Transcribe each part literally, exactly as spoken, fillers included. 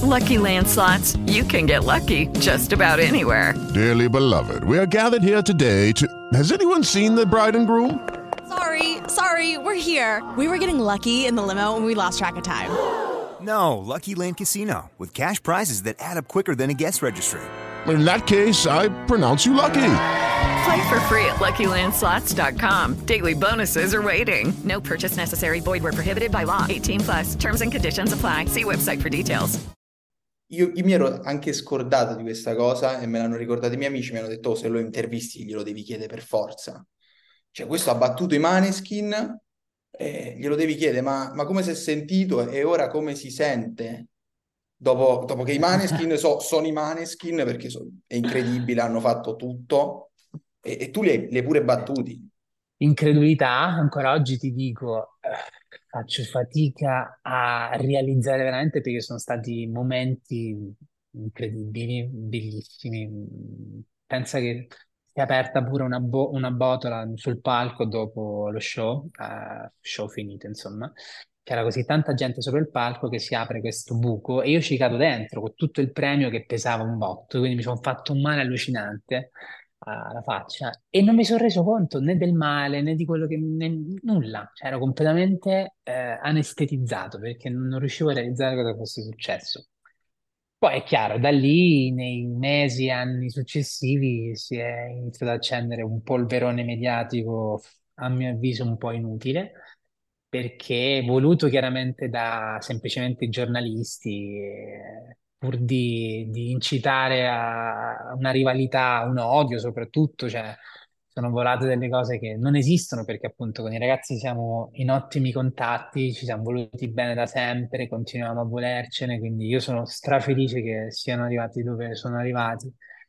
Lucky Land Slots, you can get lucky just about anywhere. Dearly beloved, we are gathered here today to... Has anyone seen the bride and groom? Sorry, sorry, we're here. We were getting lucky in the limo and we lost track of time. No, Lucky Land Casino, with cash prizes that add up quicker than a guest registry. In that case, I pronounce you lucky. Play for free at Lucky Land Slots dot com. Daily bonuses are waiting. No purchase necessary. Void where prohibited by law. eighteen plus. Terms and conditions apply. See website for details. Io, io mi ero anche scordato di questa cosa e me l'hanno ricordato i miei amici, mi hanno detto: "Oh, se lo intervisti glielo devi chiedere per forza." Cioè, questo ha battuto i Maneskin, eh, glielo devi chiedere, ma, ma come si è sentito e ora come si sente? Dopo, dopo che i Maneskin so- sono i Maneskin, perché so- è incredibile, hanno fatto tutto, e, e tu li hai, li hai pure battuti. Incredulità, ancora oggi ti dico, eh, faccio fatica a realizzare veramente perché sono stati momenti incredibili, bellissimi. Pensa che si è aperta pure una, bo- una botola sul palco dopo lo show, eh, show finito, insomma. C'era così tanta gente sopra il palco che si apre questo buco e io ci cado dentro con tutto il premio che pesava un botto, quindi mi sono fatto un male allucinante alla faccia e non mi sono reso conto né del male né di quello che né- nulla, cioè ero completamente eh, anestetizzato perché non riuscivo a realizzare cosa fosse successo. Poi è chiaro, da lì nei mesi e anni successivi si è iniziato ad accendere un polverone mediatico, a mio avviso un po' inutile, perché voluto chiaramente da semplicemente giornalisti, eh, pur di, di incitare a una rivalità, un odio soprattutto, cioè sono volate delle cose che non esistono perché appunto con i ragazzi siamo in ottimi contatti, ci siamo voluti bene da sempre, continuiamo a volercene, quindi io sono strafelice che siano arrivati dove sono arrivati.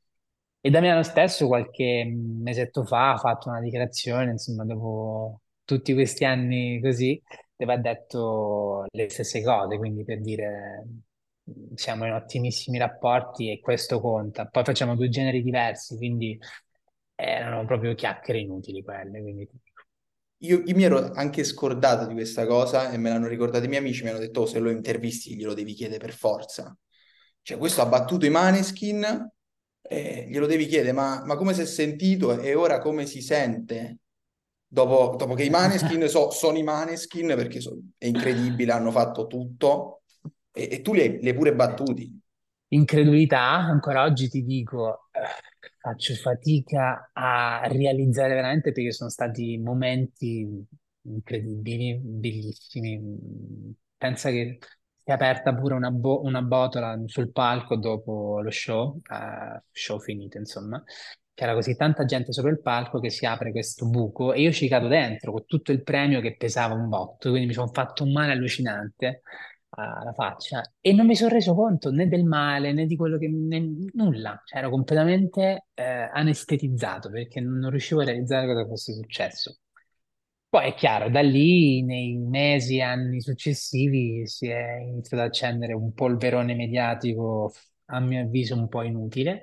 E Damiano stesso qualche mesetto fa ha fatto una dichiarazione, insomma, dopo tutti questi anni così, dove ha detto le stesse cose, quindi per dire siamo in ottimissimi rapporti e questo conta. Poi facciamo due generi diversi, quindi erano proprio chiacchiere inutili quelle, quindi Io, io mi ero anche scordato di questa cosa e me l'hanno ricordato i miei amici, mi hanno detto: "Oh, se lo intervisti glielo devi chiedere per forza." Cioè, questo ha battuto i Maneskin, eh, glielo devi chiedere, ma, ma come si è sentito e ora come si sente? Dopo, dopo che i Maneskin so- sono i Maneskin, perché so- è incredibile, hanno fatto tutto, e, e tu li hai, li hai pure battuti. incredulità, ancora oggi ti dico, eh, faccio fatica a realizzare veramente perché sono stati momenti incredibili, bellissimi. Pensa che si è aperta pure una, bo- una botola sul palco dopo lo show, eh, show finito, insomma. C'era così tanta gente sopra il palco che si apre questo buco e io ci cado dentro con tutto il premio che pesava un botto, quindi mi sono fatto un male allucinante alla faccia e non mi sono reso conto né del male né di quello che né- nulla, cioè ero completamente eh, anestetizzato perché non riuscivo a realizzare cosa fosse successo. Poi è chiaro, da lì nei mesi e anni successivi si è iniziato ad accendere un polverone mediatico, a mio avviso un po' inutile,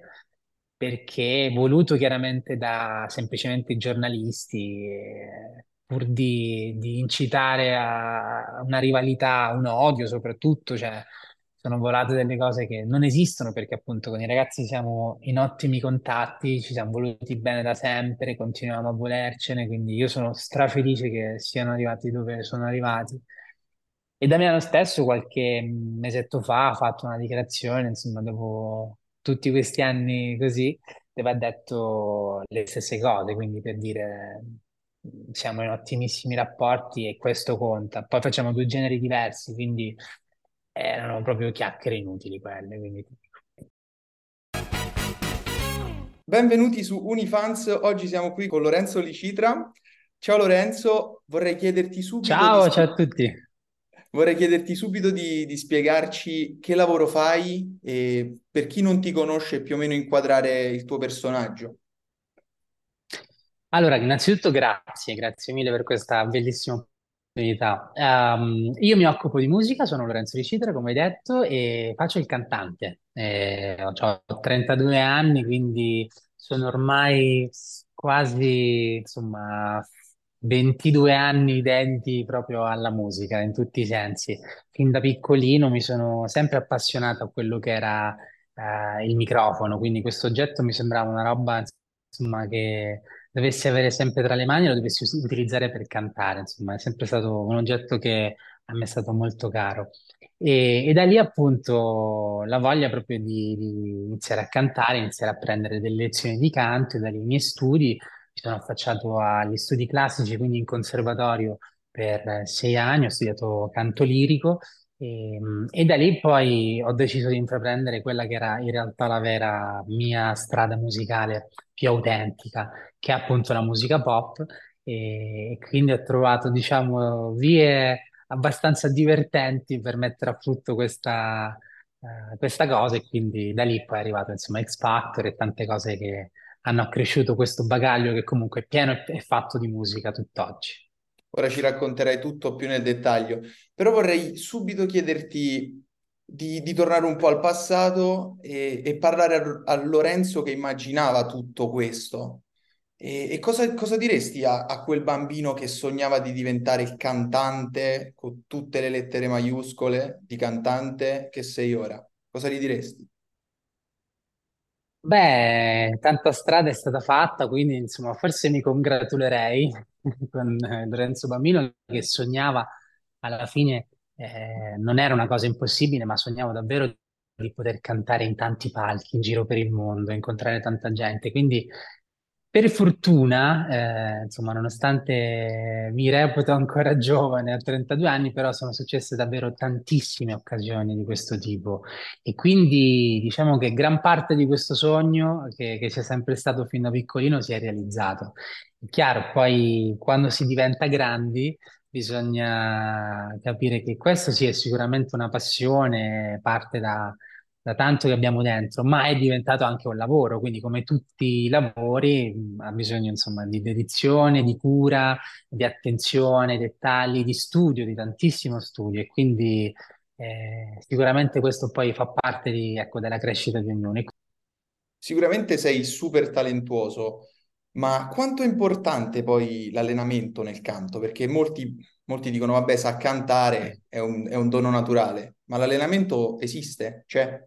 perché voluto chiaramente da semplicemente giornalisti, eh, pur di, di incitare a una rivalità, un odio soprattutto, cioè sono volate delle cose che non esistono perché appunto con i ragazzi siamo in ottimi contatti, ci siamo voluti bene da sempre, continuiamo a volercene, quindi io sono strafelice che siano arrivati dove sono arrivati. E Damiano stesso qualche mesetto fa ha fatto una dichiarazione, insomma, dopo tutti questi anni così, dove ha detto le stesse cose, quindi per dire siamo in ottimissimi rapporti e questo conta. Poi facciamo due generi diversi, quindi erano proprio chiacchiere inutili quelle, quindi Benvenuti su Unifans, oggi siamo qui con Lorenzo Licitra. Ciao Lorenzo, vorrei chiederti subito di, ciao, ciao a spie- tutti. vorrei chiederti subito di, di spiegarci che lavoro fai e per chi non ti conosce più o meno inquadrare il tuo personaggio. Allora, innanzitutto grazie, grazie mille per questa bellissima opportunità. Ehm, io mi occupo di musica, sono Lorenzo Di Citra, come hai detto, e faccio il cantante. Eh, ho ho trentadue anni, quindi sono ormai quasi, insomma, ventidue anni dediti proprio alla musica in tutti i sensi. Fin da piccolino mi sono sempre appassionato a quello che era eh, il microfono, quindi questo oggetto mi sembrava una roba, insomma, che dovessi avere sempre tra le mani e lo dovessi us- utilizzare per cantare, insomma, è sempre stato un oggetto che a me è stato molto caro. E, e da lì appunto la voglia proprio di, di iniziare a cantare, iniziare a prendere delle lezioni di canto, e dai miei studi mi sono affacciato agli studi classici, quindi in conservatorio per eh, sei anni, ho studiato canto lirico e, e da lì poi ho deciso di intraprendere quella che era in realtà la vera mia strada musicale più autentica, che è appunto la musica pop e quindi ho trovato, diciamo, vie abbastanza divertenti per mettere a frutto questa, eh, questa cosa e quindi da lì poi è arrivato insomma X Factor e tante cose che hanno accresciuto questo bagaglio che comunque è pieno e e fatto di musica tutt'oggi. Ora ci racconterai tutto più nel dettaglio, però vorrei subito chiederti di, di tornare un po' al passato e, e parlare a, a Lorenzo che immaginava tutto questo. E, e cosa, cosa diresti a, a quel bambino che sognava di diventare il cantante, con tutte le lettere maiuscole di cantante che sei ora? Cosa gli diresti? Beh, tanta strada è stata fatta, quindi insomma forse mi congratulerei con eh, Lorenzo Bambino che sognava alla fine, eh, non era una cosa impossibile, ma sognavo davvero di poter cantare in tanti palchi in giro per il mondo, incontrare tanta gente. Quindi per fortuna, eh, insomma, nonostante mi reputo ancora giovane, a trentadue anni, però sono successe davvero tantissime occasioni di questo tipo. E quindi diciamo che gran parte di questo sogno, che, che c'è sempre stato fin da piccolino, si è realizzato. È chiaro, poi quando si diventa grandi bisogna capire che questo sì è sicuramente una passione, parte da, da tanto che abbiamo dentro, ma è diventato anche un lavoro, quindi come tutti i lavori mh, ha bisogno insomma di dedizione, di cura, di attenzione ai dettagli, di studio, di tantissimo studio e quindi eh, sicuramente questo poi fa parte di, ecco, della crescita di ognuno. E Sicuramente sei super talentuoso, ma quanto è importante poi l'allenamento nel canto? Perché molti, molti dicono, vabbè, sa cantare, è un, è un dono naturale, ma l'allenamento esiste? C'è?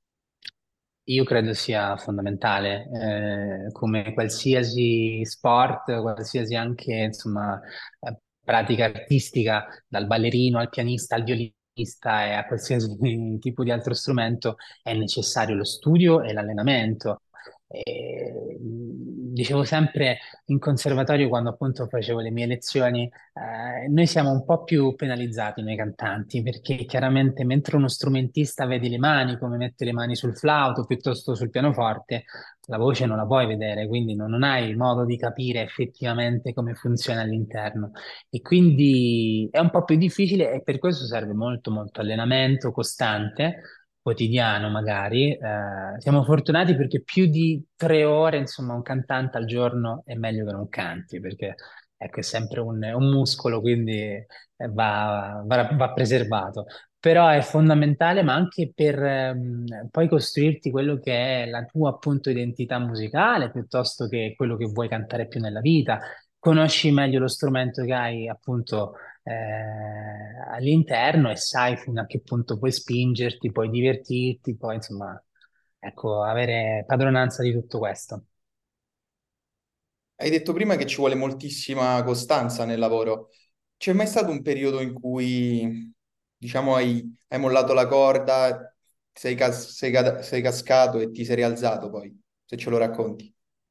io credo sia fondamentale, eh, come qualsiasi sport, qualsiasi anche, insomma, eh, pratica artistica, dal ballerino al pianista al violinista e a qualsiasi tipo di altro strumento, è necessario lo studio e l'allenamento. E, mh, dicevo sempre in conservatorio, quando appunto facevo le mie lezioni, eh, noi siamo un po' più penalizzati noi cantanti, perché chiaramente mentre uno strumentista vedi le mani, come mette le mani sul flauto piuttosto sul pianoforte, la voce non la puoi vedere, quindi non, non hai modo di capire effettivamente come funziona all'interno. E quindi è un po' più difficile e per questo serve molto, molto allenamento costante, quotidiano magari. Eh, siamo fortunati perché più di tre ore, insomma, un cantante al giorno è meglio che non canti, perché ecco, è sempre un, un muscolo, quindi eh, va, va- va preservato. Però è fondamentale, ma anche per ehm, poi costruirti quello che è la tua appunto identità musicale, piuttosto che quello che vuoi cantare più nella vita. Conosci meglio lo strumento che hai appunto eh, all'interno e sai fino a che punto puoi spingerti, puoi divertirti, poi insomma, ecco, avere padronanza di tutto questo. Hai detto prima che ci vuole moltissima costanza nel lavoro. C'è mai stato un periodo in cui, diciamo, hai, hai mollato la corda, sei, cas- sei cad- sei cascato e ti sei rialzato poi, se ce lo racconti?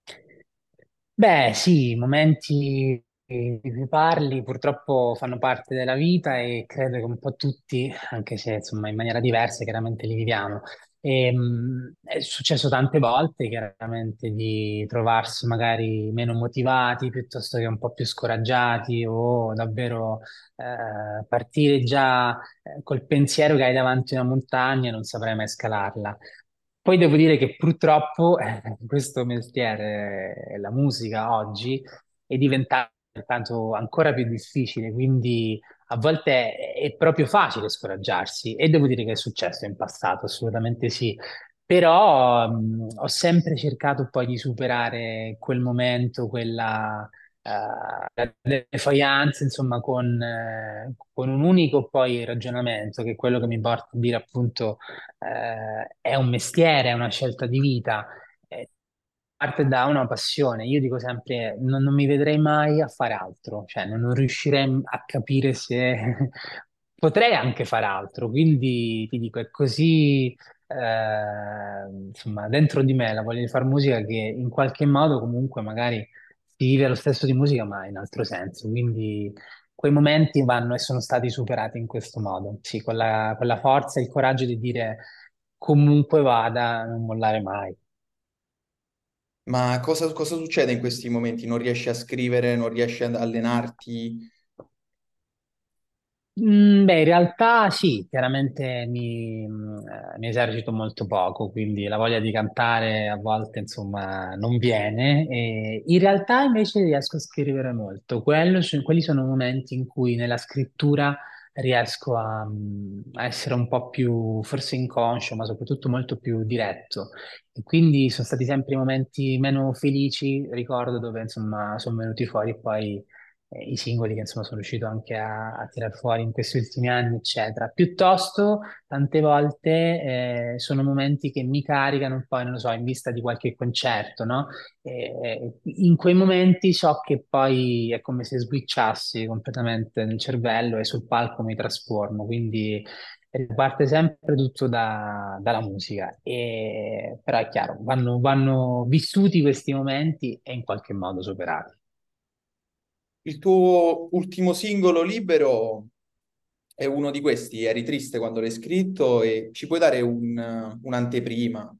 Beh, sì, i momenti di cui parli purtroppo fanno parte della vita e credo che un po' tutti, anche se insomma in maniera diversa, chiaramente li viviamo. E, mh, è successo tante volte, chiaramente, di trovarsi magari meno motivati piuttosto che un po' più scoraggiati o davvero eh, partire già eh, col pensiero che hai davanti una montagna e non saprai mai scalarla. Poi devo dire che purtroppo eh, questo mestiere, eh, la musica oggi, è diventato tanto ancora più difficile, quindi a volte è, è proprio facile scoraggiarsi e devo dire che è successo in passato, assolutamente sì. Però mh, ho sempre cercato poi di superare quel momento, quella, eh, delle faianze, insomma, con, eh, con un unico poi ragionamento, che è quello che mi porta a dire appunto eh, è un mestiere, è una scelta di vita, eh, parte da una passione. Io dico sempre, non, non mi vedrei mai a fare altro, cioè non, non riuscirei a capire se potrei anche fare altro, quindi ti dico, è così, eh, insomma, dentro di me la voglia di fare musica che in qualche modo comunque magari si vive lo stesso di musica, ma in altro senso, quindi quei momenti vanno e sono stati superati in questo modo, sì, con la, con la forza e il coraggio di dire comunque vada, non mollare mai. Ma cosa, cosa succede in questi momenti? Non riesci a scrivere, non riesci ad allenarti? Mm, beh, in realtà sì, chiaramente mi, mm, eh, mi esercito molto poco, quindi la voglia di cantare a volte, insomma, non viene. E in realtà invece riesco a scrivere molto. Quello- quelli sono momenti in cui nella scrittura riesco a, mm, a essere un po' più, forse inconscio, ma soprattutto molto più diretto. E quindi sono stati sempre i momenti meno felici, ricordo, dove insomma sono venuti fuori poi eh, i singoli che insomma sono riuscito anche a, a tirar fuori in questi ultimi anni, eccetera. Piuttosto, tante volte eh, sono momenti che mi caricano poi, non lo so, in vista di qualche concerto, no? E, in quei momenti so che poi è come se switchassi completamente nel cervello e sul palco mi trasformo, quindi parte sempre tutto da- dalla musica. E, però è chiaro, vanno, vanno vissuti questi momenti e in qualche modo superati. Il tuo ultimo singolo libero è uno di questi? Eri triste quando l'hai scritto e ci puoi dare un- un'anteprima?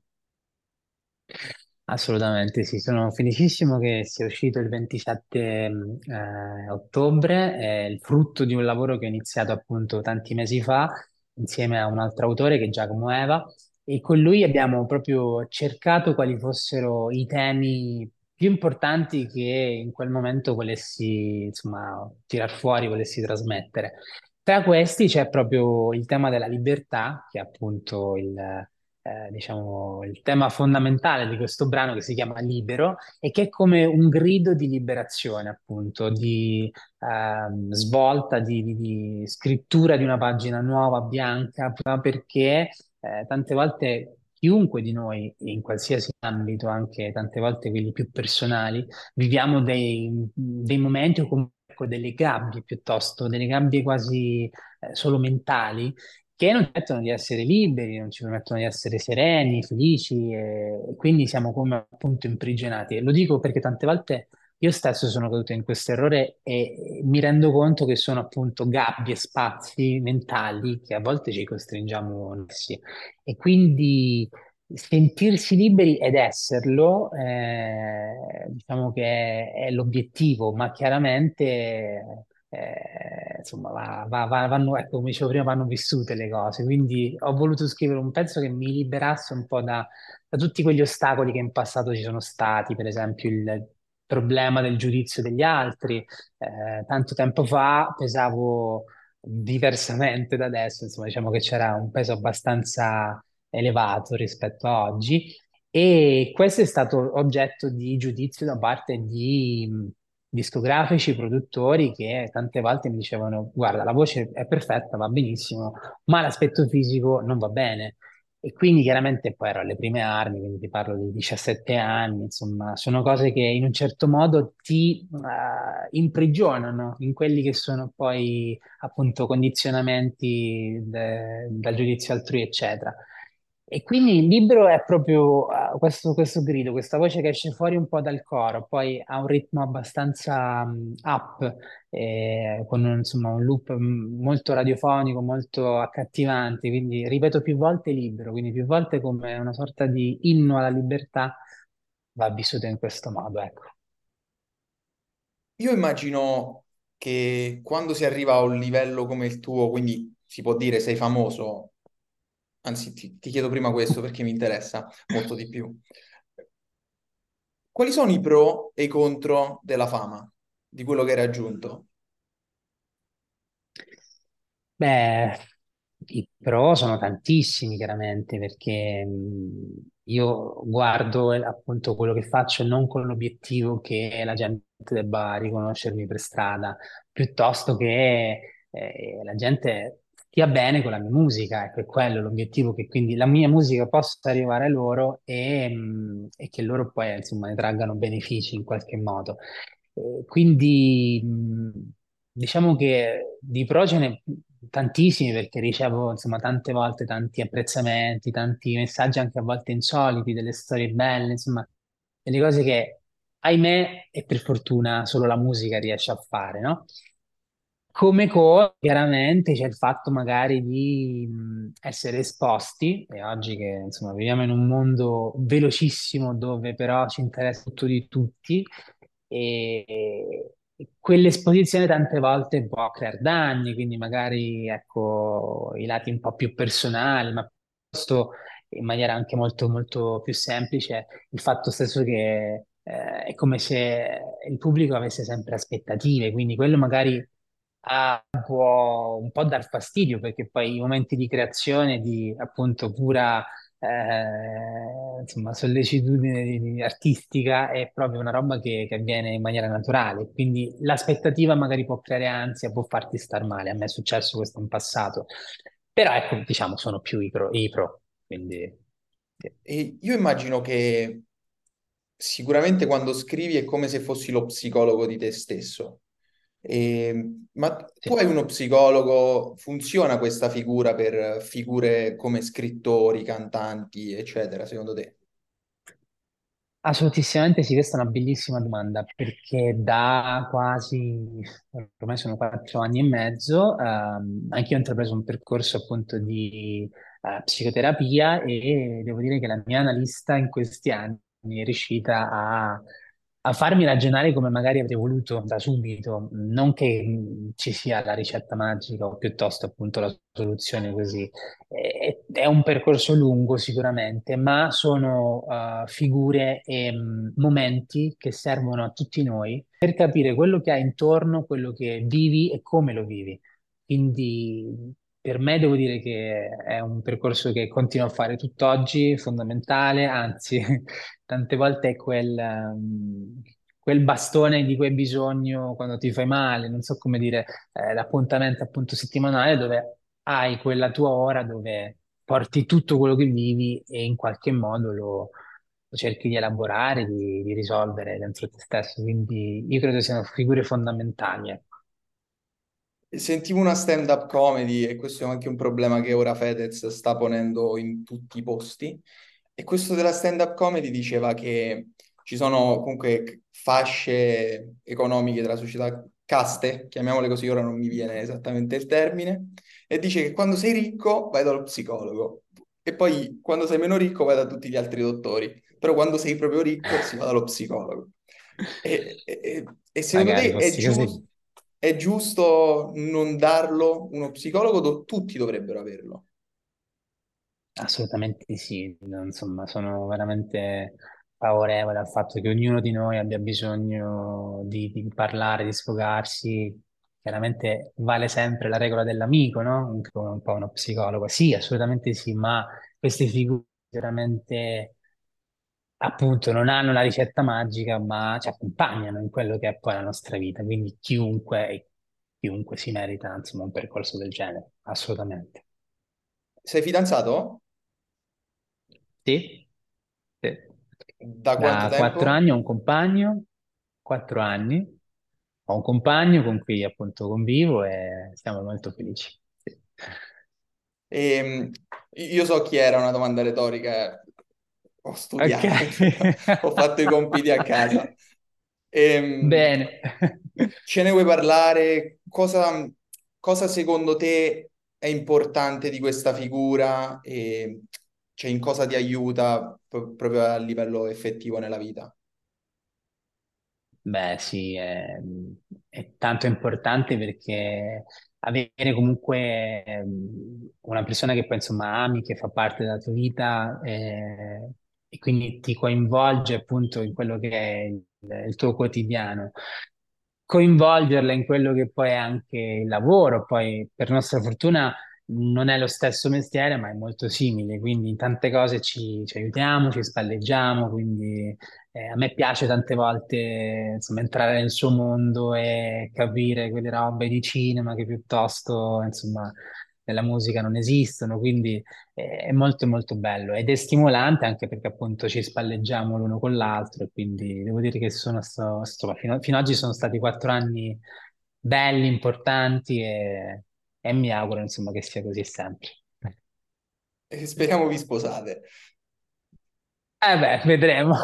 Assolutamente sì, sono felicissimo che sia uscito il ventisette mh, eh, ottobre, è il frutto di un lavoro che ho iniziato appunto tanti mesi fa insieme a un altro autore che è Giacomo Eva e con lui abbiamo proprio cercato quali fossero i temi più importanti che in quel momento volessi insomma tirar fuori, volessi trasmettere. Tra questi c'è proprio il tema della libertà, che è appunto il eh, diciamo, il tema fondamentale di questo brano che si chiama Libero e che è come un grido di liberazione, appunto, di ehm, svolta, di, di- di scrittura di una pagina nuova, bianca, perché eh, tante volte chiunque di noi, in qualsiasi ambito, anche tante volte quelli più personali, viviamo dei, dei momenti o comunque delle gabbie piuttosto, delle gabbie quasi eh, solo mentali che non ci permettono di essere liberi, non ci permettono di essere sereni, felici e, e quindi siamo come appunto imprigionati. E lo dico perché tante volte io stesso sono caduto in questo errore e mi rendo conto che sono appunto gabbie, spazi mentali che a volte ci costringiamo noi stessi. E quindi sentirsi liberi ed esserlo, eh, diciamo che è, è l'obiettivo, ma chiaramente eh, insomma, va- va- va- vanno, ecco, come dicevo prima, vanno vissute le cose. Quindi ho voluto scrivere un pezzo che mi liberasse un po' da, da tutti quegli ostacoli che in passato ci sono stati, per esempio il problema del giudizio degli altri. Eh, tanto tempo fa pesavo diversamente da adesso, insomma, diciamo che c'era un peso abbastanza elevato rispetto a oggi. E questo è stato oggetto di giudizio da parte di mh, discografici, produttori che tante volte mi dicevano: Guarda, la voce è perfetta, va benissimo, ma l'aspetto fisico non va bene. E quindi chiaramente poi ero alle prime armi, quindi ti parlo di diciassette anni, insomma, sono cose che in un certo modo ti eh, imprigionano in quelli che sono poi appunto condizionamenti de- dal giudizio altrui, eccetera. E quindi il libro è proprio eh, questo, questo grido, questa voce che esce fuori un po' dal coro, poi ha un ritmo abbastanza mh, up, eh, con un, insomma, un loop mh, molto radiofonico, molto accattivante, quindi ripeto più volte libero, quindi più volte come una sorta di inno alla libertà va vissuto in questo modo, ecco. Io immagino che quando si arriva a un livello come il tuo, quindi si può dire sei famoso, anzi ti, ti chiedo prima questo perché mi interessa molto di più. Quali sono i pro e i contro della fama, di quello che hai raggiunto? Beh, i pro sono tantissimi chiaramente perché mh, io guardo eh, appunto quello che faccio non con l'obiettivo che la gente debba riconoscermi per strada, piuttosto che eh, la gente stia bene con la mia musica, ecco, è quello l'obiettivo, che quindi la mia musica possa arrivare a loro e, mh, e che loro poi insomma ne traggano benefici in qualche modo. Eh, quindi mh, diciamo che di pro ce ne tantissimi perché ricevo insomma tante volte tanti apprezzamenti, tanti messaggi anche a volte insoliti, delle storie belle, insomma, delle cose che ahimè e per fortuna solo la musica riesce a fare, no? Come co, chiaramente c'è il fatto magari di mh, essere esposti, e oggi che insomma viviamo in un mondo velocissimo dove però ci interessa tutto di tutti, e, e quell'esposizione tante volte può creare danni, quindi magari ecco i lati un po' più personali, ma piuttosto in maniera anche molto molto più semplice, il fatto stesso che eh, è come se il pubblico avesse sempre aspettative, quindi quello magari ah, può un po' dar fastidio perché poi i momenti di creazione, di appunto pura eh, insomma, sollecitudine di- di- artistica è proprio una roba che, che avviene in maniera naturale. Quindi l'aspettativa magari può creare ansia, può farti star male. A me è successo questo in passato. Però ecco, diciamo, sono più i pro, i pro. Quindi sì. E io immagino che sicuramente quando scrivi è come se fossi lo psicologo di te stesso. E- ma tu Sì. hai uno psicologo, funziona questa figura per figure come scrittori, cantanti, eccetera, secondo te? Assolutissimamente sì, questa è una bellissima domanda perché da quasi, ormai sono quattro anni e mezzo, ehm, anche io ho intrapreso un percorso appunto di eh, psicoterapia e devo dire che la mia analista in questi anni è riuscita a, a farmi ragionare come magari avrei voluto da subito, non che mh, ci sia la ricetta magica o piuttosto appunto la soluzione così. È, è un percorso lungo sicuramente, ma sono uh, figure e mh, momenti che servono a tutti noi per capire quello che hai intorno, quello che vivi e come lo vivi. Quindi per me devo dire che è un percorso che continuo a fare tutt'oggi, fondamentale, anzi, tante volte è quel, um, quel bastone di cui hai bisogno quando ti fai male, non so come dire, eh, l'appuntamento appunto settimanale dove hai quella tua ora dove porti tutto quello che vivi e in qualche modo lo, lo cerchi di elaborare, di, di risolvere dentro te stesso. Quindi io credo siano figure fondamentali, ecco. Sentivo una stand-up comedy e questo è anche un problema che ora Fedez sta ponendo in tutti i posti. E questo della stand-up comedy diceva che ci sono comunque fasce economiche della società, caste, chiamiamole così, ora non mi viene esattamente il termine, e dice che quando sei ricco vai dallo psicologo e poi quando sei meno ricco vai da tutti gli altri dottori, però quando sei proprio ricco si va dallo psicologo. E, e- e secondo Magari te è fossi giusto, così. è giusto non darlo uno psicologo? Do- tutti dovrebbero averlo. Assolutamente sì, insomma, sono veramente favorevole al fatto che ognuno di noi abbia bisogno di, di parlare, di sfogarsi. Chiaramente vale sempre la regola dell'amico, no? Un, un po' uno psicologo. Sì, assolutamente sì, ma queste figure veramente appunto non hanno la ricetta magica, ma ci accompagnano in quello che è poi la nostra vita. Quindi chiunque, chiunque si merita, insomma, un percorso del genere, assolutamente. Sei fidanzato? Sì? Sì. Da quanto Da quattro tempo? anni ho un compagno, quattro anni, ho un compagno con cui appunto convivo e siamo molto felici. Sì. Ehm, io so chi era, una domanda retorica, eh. Ho Ok. studiato, ho fatto i compiti a casa. Ehm, Bene. Ce ne vuoi parlare? Cosa, cosa secondo te è importante di questa figura e cioè in cosa ti aiuta pro- proprio a livello effettivo nella vita? Beh, sì, è, è tanto importante perché avere comunque ehm, una persona che poi insomma ami, che fa parte della tua vita eh, e quindi ti coinvolge appunto in quello che è il, il tuo quotidiano, coinvolgerla in quello che poi è anche il lavoro, poi per nostra fortuna. non è lo stesso mestiere, ma è molto simile, quindi in tante cose ci, ci aiutiamo, ci spalleggiamo, quindi eh, a me piace tante volte, insomma, entrare nel suo mondo e capire quelle robe di cinema che piuttosto, insomma, nella musica non esistono, quindi eh, è molto molto bello ed è stimolante anche perché appunto ci spalleggiamo l'uno con l'altro e quindi devo dire che sono sto, insomma, fino, fino ad oggi sono stati quattro anni belli, importanti e, e mi auguro insomma che sia così sempre. E speriamo vi sposate. Eh beh, vedremo.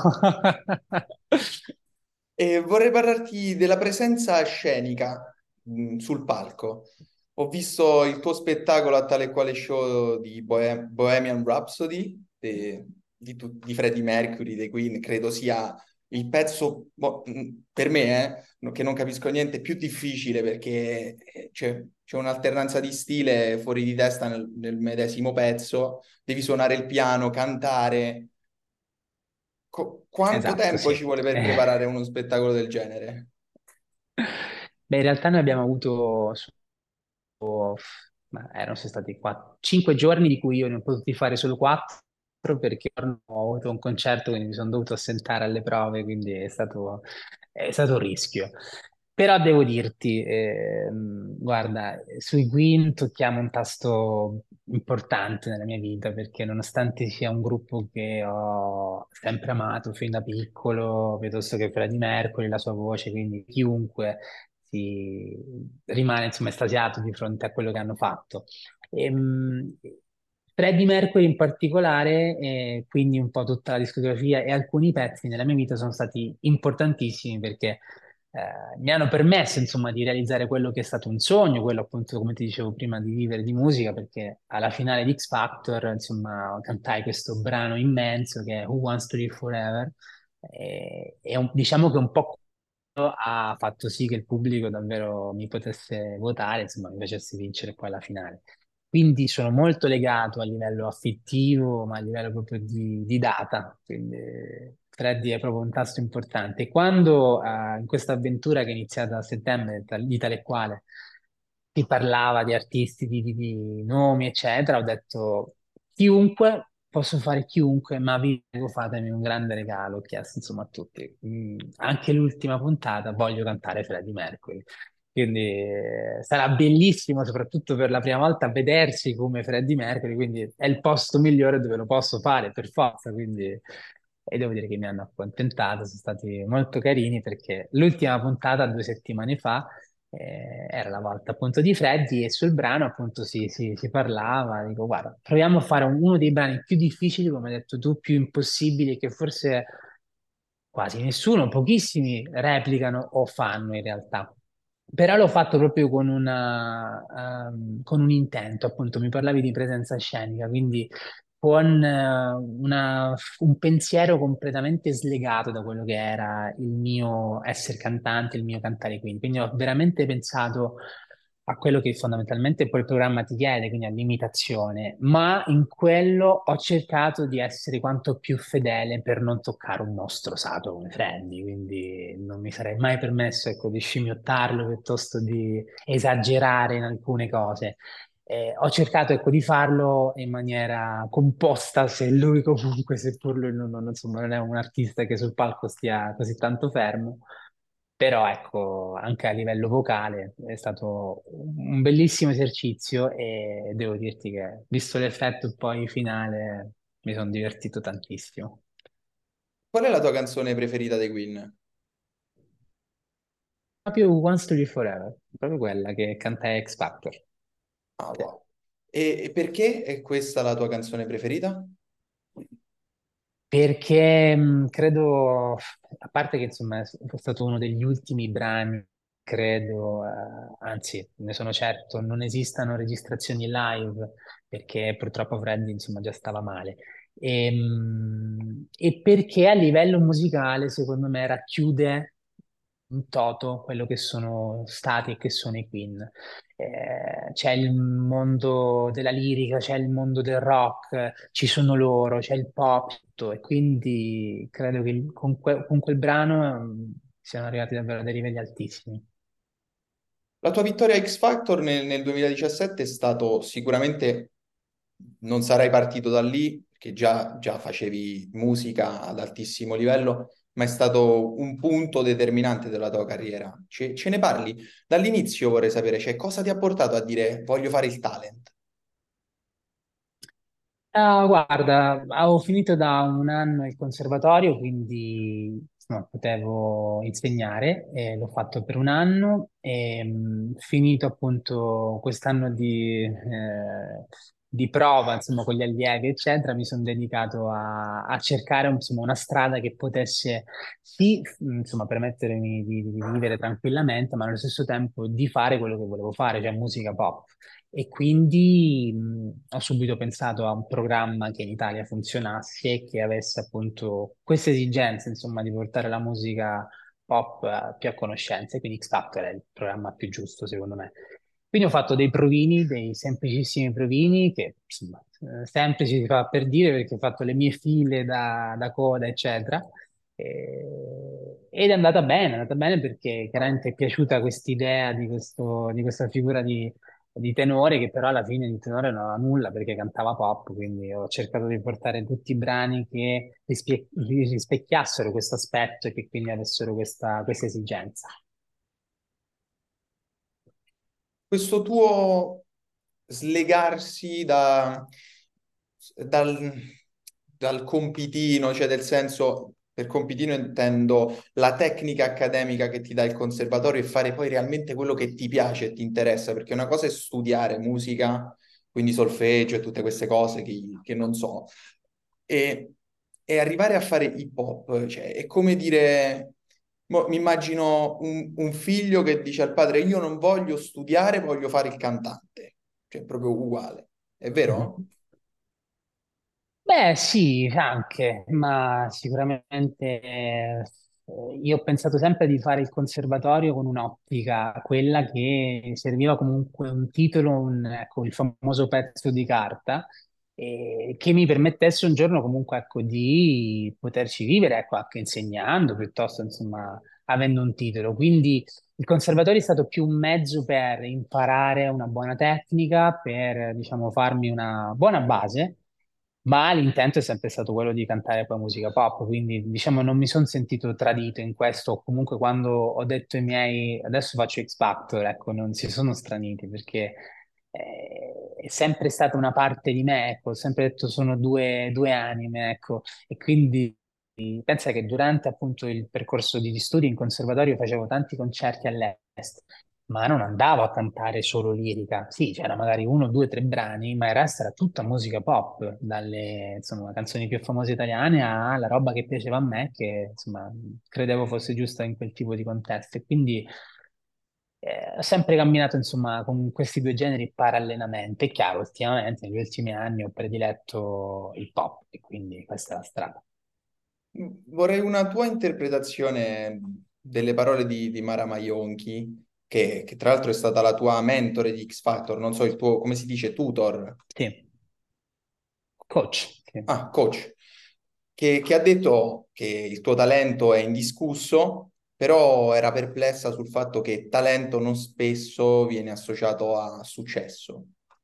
E vorrei parlarti della presenza scenica, mh, sul palco. Ho visto il tuo spettacolo a tale e quale show di Bohe- Bohemian Rhapsody de- di, tu- di Freddie Mercury, dei Queen. Credo sia il pezzo, boh, mh, per me, eh, no- che non capisco niente, più difficile perché eh, c'è c'è un'alternanza di stile fuori di testa nel, nel medesimo pezzo. Devi suonare il piano, cantare. Co- quanto Esatto, tempo sì. ci vuole per Eh, preparare uno spettacolo del genere? Beh, in realtà noi abbiamo avuto ma erano stati quattro, cinque giorni di cui io ne ho potuti fare solo quattro perché ho avuto un concerto, quindi mi sono dovuto assentare alle prove, quindi è stato, è stato un rischio. Però devo dirti, ehm, guarda, sui Queen tocchiamo un tasto importante nella mia vita perché nonostante sia un gruppo che ho sempre amato fin da piccolo, piuttosto che Freddie Mercury, la sua voce, quindi chiunque si rimane insomma estasiato di fronte a quello che hanno fatto. Ehm, Freddie Mercury in particolare, e quindi un po' tutta la discografia e alcuni pezzi nella mia vita sono stati importantissimi perché eh, mi hanno permesso insomma di realizzare quello che è stato un sogno, quello appunto come ti dicevo prima di vivere di musica perché alla finale di X Factor insomma cantai questo brano immenso che è Who Wants to Live Forever e, e un- diciamo che un po' ha fatto sì che il pubblico davvero mi potesse votare, insomma, mi facesse vincere poi la finale. Quindi sono molto legato a livello affettivo, ma a livello proprio di, di data. Quindi Freddy è proprio un tasto importante. E quando eh, in questa avventura che è iniziata a settembre, tal- di tale e quale, si parlava di artisti, di, di- di nomi, eccetera, ho detto chiunque, posso fare chiunque, ma vi prego fatemi un grande regalo, ho chiesto insomma a tutti. Mm, anche l'ultima puntata voglio cantare Freddie Mercury. Quindi eh, sarà bellissimo, soprattutto per la prima volta, vedersi come Freddie Mercury, quindi è il posto migliore dove lo posso fare per forza. Quindi, e devo dire che mi hanno accontentato, sono stati molto carini perché l'ultima puntata, due settimane fa, eh, era la volta appunto di Freddy e sul brano appunto si, si- si parlava, dico guarda, proviamo a fare un- uno dei brani più difficili, come hai detto tu, più impossibili, che forse quasi nessuno, pochissimi replicano o fanno in realtà. Però l'ho fatto proprio con una, ehm, con un intento, appunto, mi parlavi di presenza scenica, quindi con eh, una- un pensiero completamente slegato da quello che era il mio essere cantante, il mio cantare quindi. Quindi ho veramente pensato a quello che fondamentalmente poi il programma ti chiede, quindi all'imitazione, ma in quello ho cercato di essere quanto più fedele per non toccare un mostro sacro come Freddy, quindi non mi sarei mai permesso, ecco, di scimmiottarlo piuttosto di esagerare in alcune cose. Eh, ho cercato, ecco, di farlo in maniera composta, se lui comunque, seppur lui non, non- insomma, non è un artista che sul palco stia così tanto fermo, però ecco, anche a livello vocale è stato un bellissimo esercizio e devo dirti che, visto l'effetto poi finale, mi sono divertito tantissimo. Qual è la tua canzone preferita dei Queen? Proprio One Story Forever, proprio quella che canta X Factor. Ah, Sì. wow. E, e perché è questa la tua canzone preferita? Perché mh, credo, a parte che insomma è stato uno degli ultimi brani, credo, eh, anzi ne sono certo, non esistano registrazioni live perché purtroppo Freddy insomma già stava male. E, mh, e perché a livello musicale secondo me racchiude in toto quello che sono stati e che sono i Queen. Eh, c'è il mondo della lirica, c'è il mondo del rock, ci sono loro, c'è il pop, tutto, e quindi credo che il- con, que- con quel brano mm, siano arrivati davvero a dei livelli altissimi. La tua vittoria a X Factor nel, nel duemiladiciassette è stato sicuramente, non sarai partito da lì, perché già, già facevi musica ad altissimo livello, ma è stato un punto determinante della tua carriera. Ce, ce ne parli? Dall'inizio vorrei sapere, cioè, cosa ti ha portato a dire voglio fare il talent? Ah, guarda, avevo finito da un anno il conservatorio, quindi insomma, potevo insegnare e l'ho fatto per un anno e mh, finito appunto quest'anno di, eh, di prova, insomma, con gli allievi, eccetera, mi sono dedicato a, a cercare insomma, una strada che potesse sì, mh, insomma, permettermi di, di vivere tranquillamente, ma allo stesso tempo di fare quello che volevo fare, cioè musica pop. E quindi mh, ho subito pensato a un programma che in Italia funzionasse e che avesse appunto queste esigenze, insomma, di portare la musica pop eh, più a conoscenza. E quindi X Factor è il programma più giusto, secondo me. Quindi ho fatto dei provini, dei semplicissimi provini, che insomma, eh, semplici si fa per dire perché ho fatto le mie file da, da coda, eccetera. E- Ed è andata bene, è andata bene perché chiaramente è piaciuta quest'idea di questo- di questa figura di di tenore che però alla fine di tenore non aveva nulla perché cantava pop, quindi ho cercato di portare tutti i brani che rispie- rispecchiassero questo aspetto e che quindi avessero questa, questa esigenza. Questo tuo slegarsi da, dal, dal compitino, cioè del senso, per compitino intendo la tecnica accademica che ti dà il conservatorio e fare poi realmente quello che ti piace e ti interessa, perché una cosa è studiare musica, quindi solfeggio e tutte queste cose che, che non so, e, e arrivare a fare hip hop, cioè è come dire... Mo mi immagino un, un figlio che dice al padre: Io non voglio studiare, voglio fare il cantante. Cioè, proprio uguale. È vero? Beh, sì, anche, ma sicuramente eh, io ho pensato sempre di fare il conservatorio con un'ottica, quella che serviva comunque un titolo, un, ecco, il famoso pezzo di carta, eh, che mi permettesse un giorno comunque, ecco, di poterci vivere, ecco, anche insegnando, piuttosto, insomma, avendo un titolo. Quindi il conservatorio è stato più un mezzo per imparare una buona tecnica, per, diciamo, farmi una buona base, ma l'intento è sempre stato quello di cantare poi musica pop, quindi diciamo non mi sono sentito tradito in questo, o comunque quando ho detto ai miei adesso faccio X Factor, ecco, non si sono straniti perché eh, è sempre stata una parte di me, ecco, ho sempre detto sono due, due anime, ecco, e quindi pensa che durante appunto il percorso di studi in conservatorio facevo tanti concerti all'estero, ma non andavo a cantare solo lirica. Sì, c'era magari uno, due, tre brani, ma il resto era tutta musica pop, dalle insomma, canzoni più famose italiane alla roba che piaceva a me, che insomma credevo fosse giusta in quel tipo di contesto. E quindi eh, ho sempre camminato insomma con questi due generi parallelamente. È chiaro, ultimamente negli ultimi anni ho prediletto il pop e quindi questa è la strada. Vorrei una tua interpretazione delle parole di, di Mara Maionchi, che, che tra l'altro è stata la tua mentore di X Factor, non so il tuo, come si dice, tutor. Sì, coach. Sì. Ah, coach, che, che ha detto che il tuo talento è indiscusso, però era perplessa sul fatto che talento non spesso viene associato a successo.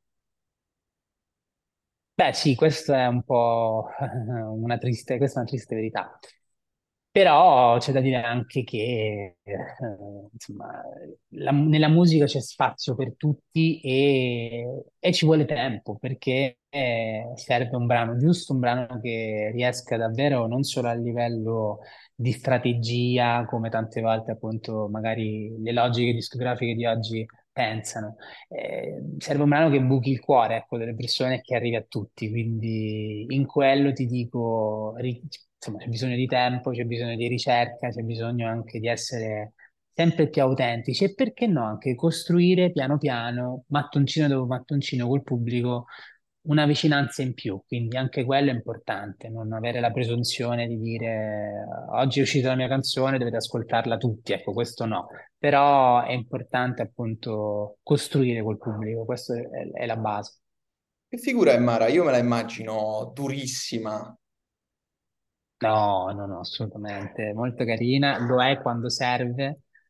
Beh, sì, questo è un po' una triste, questa è una triste verità. Però c'è da dire anche che eh, insomma, la- nella musica c'è spazio per tutti e, e ci vuole tempo perché eh, serve un brano giusto, un brano che riesca davvero non solo a livello di strategia, come tante volte appunto magari le logiche discografiche di oggi pensano. Eh, serve un brano che buchi il cuore, ecco, delle persone e che arrivi a tutti, quindi in quello ti dico, ri- insomma, c'è bisogno di tempo, c'è bisogno di ricerca, c'è bisogno anche di essere sempre più autentici e perché no, anche costruire piano piano, mattoncino dopo mattoncino col pubblico, una vicinanza in più, quindi anche quello è importante, non avere la presunzione di dire oggi è uscita la mia canzone, dovete ascoltarla tutti, ecco, questo no, però è importante appunto costruire col pubblico, questa è, è la base. Che figura è Mara? Io me la immagino durissima. No, no, no, assolutamente, molto carina, lo è quando serve,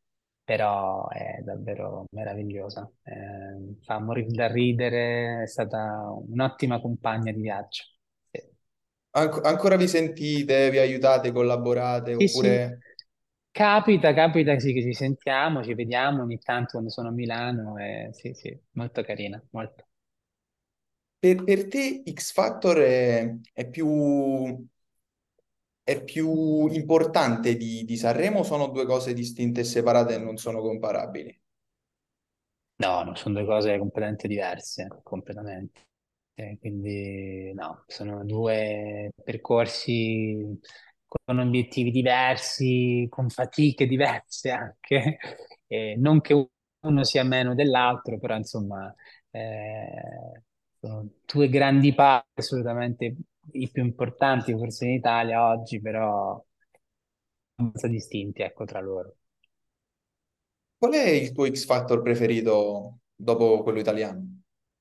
però è davvero meravigliosa. Eh, fa morire da ridere, è stata un'ottima compagna di viaggio. Sì. Anc- ancora vi sentite, vi aiutate, collaborate, Sì, sì, oppure capita, capita sì che ci sentiamo, ci vediamo ogni tanto quando sono a Milano e sì, sì, molto carina, molto. per, per te X Factor è, è più, è più importante di, di Sanremo o sono due cose distinte e separate e non sono comparabili? No, no, sono due cose completamente diverse, completamente. Eh, quindi no, sono due percorsi con obiettivi diversi, con fatiche diverse anche. Eh, non che uno sia meno dell'altro, però insomma, eh, sono due grandi pali, assolutamente i più importanti forse in Italia oggi, però abbastanza distinti, ecco, tra loro. Qual è il tuo X Factor preferito dopo quello italiano?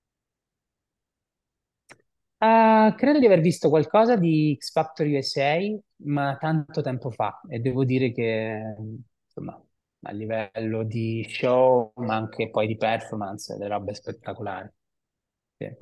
Ah, credo di aver visto qualcosa di X Factor U S A, ma tanto tempo fa, e devo dire che, insomma, a livello di show, ma anche poi di performance, delle robe spettacolari. Sì.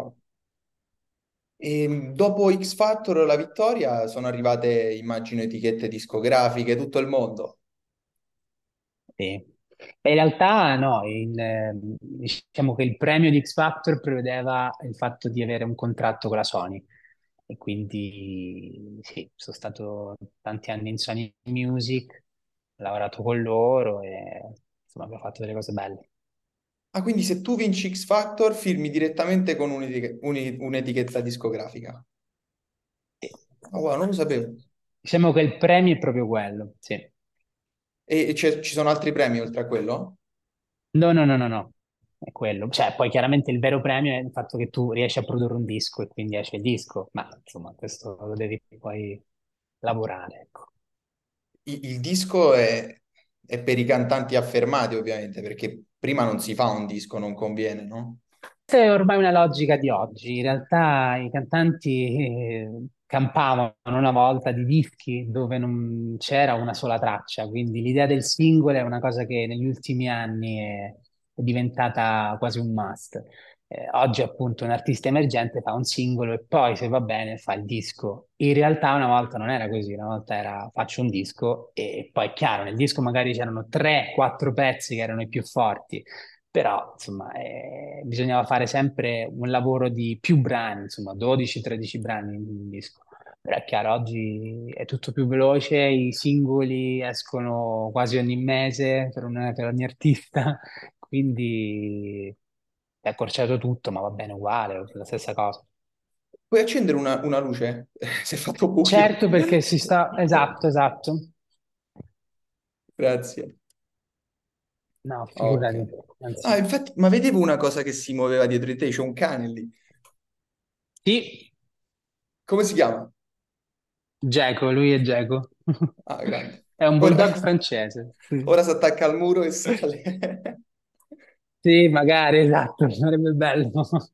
E dopo X Factor, la vittoria, sono arrivate, immagino, etichette discografiche, tutto il mondo. Sì. E in realtà no, il, ehm, diciamo che il premio di X Factor prevedeva il fatto di avere un contratto con la Sony e quindi sì, sono stato tanti anni in Sony Music, ho lavorato con loro e insomma abbiamo fatto delle cose belle. Ah, quindi se tu vinci X Factor, firmi direttamente con un'etica- uni- un'etichetta discografica. Sì. Ah, wow, non lo sapevo. Diciamo che il premio è proprio quello, sì. E, e c'è- ci sono altri premi oltre a quello? No, no, no, no, no, è quello. Cioè, poi chiaramente il vero premio è il fatto che tu riesci a produrre un disco e quindi esce il disco, ma insomma, questo lo devi poi lavorare, ecco. I- Il, disco è, è per i cantanti affermati, ovviamente, perché prima non si fa un disco, non conviene, no? Questa è ormai una logica di oggi. In realtà i cantanti eh, campavano una volta di dischi dove non c'era una sola traccia, quindi l'idea del singolo è una cosa che negli ultimi anni è, è diventata quasi un must. Eh, oggi appunto un artista emergente fa un singolo e poi se va bene fa il disco. In realtà una volta non era così, una volta era faccio un disco e poi è chiaro, nel disco magari c'erano tre, quattro pezzi che erano i più forti però, insomma, eh, bisognava fare sempre un lavoro di più brani, insomma, dodici tredici brani in un disco. Però è chiaro, oggi è tutto più veloce, i singoli escono quasi ogni mese per, un- per ogni artista, quindi è accorciato tutto, ma va bene uguale, è la stessa cosa. Puoi accendere una, una luce? Si è fatto buio. Certo, perché si sta... Esatto, esatto. Grazie. No, Ok. figurati, Ah, anzi. infatti, ma vedevo una cosa che si muoveva dietro di te, c'è un cane lì. Sì, Come si chiama? Geco, lui è Geco. Ah, grande. È un Ora, bulldog francese. Sì. ora si attacca al muro e sale. Sì, magari, esatto, sarebbe bello.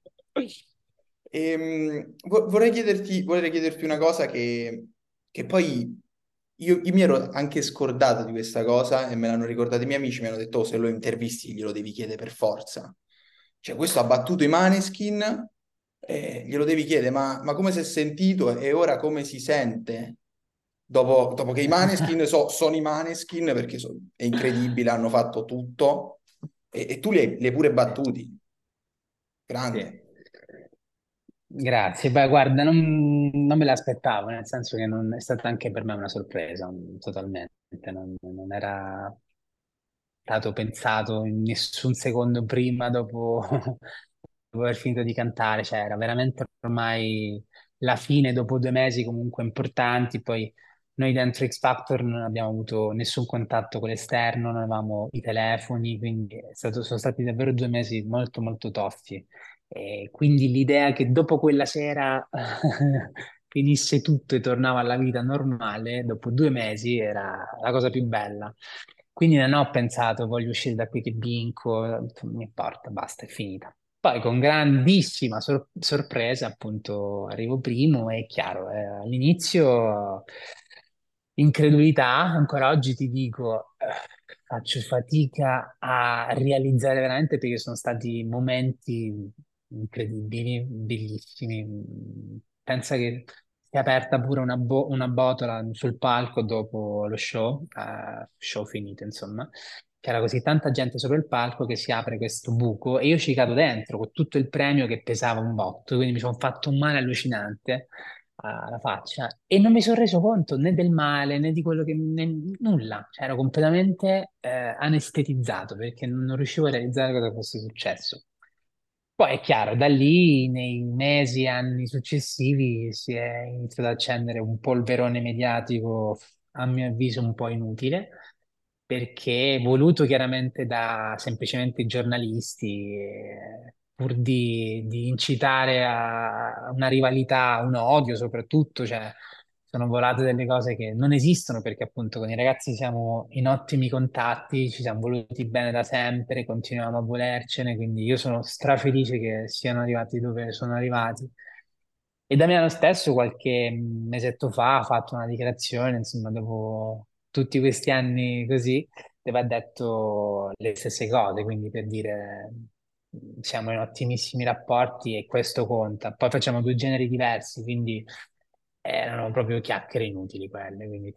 Ehm, vo- vorrei chiederti, vorrei chiederti una cosa che, che poi io, io mi ero anche scordato di questa cosa e me l'hanno ricordato i miei amici, mi hanno detto, "Oh, se lo intervisti glielo devi chiedere per forza. Cioè, questo ha battuto i Maneskin, eh, glielo devi chiedere, ma, ma come si è sentito e ora come si sente? Dopo, dopo che i Maneskin so- sono i Maneskin, perché so- è incredibile, hanno fatto tutto, e, e tu li hai, li hai pure Sì, battuti. Grande. sì. Grazie, beh, guarda, non, non me l'aspettavo, nel senso che non, è stata anche per me una sorpresa, un- totalmente, non, non era stato pensato in nessun secondo prima dopo, dopo aver finito di cantare, cioè era veramente ormai la fine dopo due mesi comunque importanti, poi noi dentro X Factor non abbiamo avuto nessun contatto con l'esterno, non avevamo i telefoni, quindi è stato- sono stati davvero due mesi molto molto toffi. E quindi l'idea che dopo quella sera finisse tutto e tornava alla vita normale, dopo due mesi, era la cosa più bella. Quindi non ho pensato, voglio uscire da qui che vinco, non mi importa, basta, è finita. Poi con grandissima sor- sorpresa, appunto, arrivo primo e è chiaro, eh, all'inizio incredulità, ancora oggi ti dico, eh, faccio fatica a realizzare veramente perché sono stati momenti incredibili, bellissimi. Pensa che si è aperta pure una, bo- una botola sul palco dopo lo show, eh, show finito, insomma. C'era così tanta gente sopra il palco che si apre questo buco e io ci cado dentro con tutto il premio che pesava un botto, quindi mi sono fatto un male allucinante alla faccia e non mi sono reso conto né del male né di quello che né- nulla, cioè ero completamente eh, anestetizzato perché non riuscivo a realizzare cosa fosse successo. Poi è chiaro, da lì nei mesi e anni successivi si è iniziato ad accendere un polverone mediatico, a mio avviso, un po' inutile, perché voluto chiaramente da semplicemente giornalisti, eh, pur di, di incitare a una rivalità, a un odio soprattutto, cioè sono volate delle cose che non esistono perché appunto con i ragazzi siamo in ottimi contatti, ci siamo voluti bene da sempre, continuiamo a volercene, quindi io sono strafelice che siano arrivati dove sono arrivati. E Damiano stesso qualche mesetto fa ha fatto una dichiarazione, insomma, dopo tutti questi anni così, dove ha detto le stesse cose, quindi per dire siamo in ottimissimi rapporti e questo conta. Poi facciamo due generi diversi, quindi erano proprio chiacchiere inutili quelle, quindi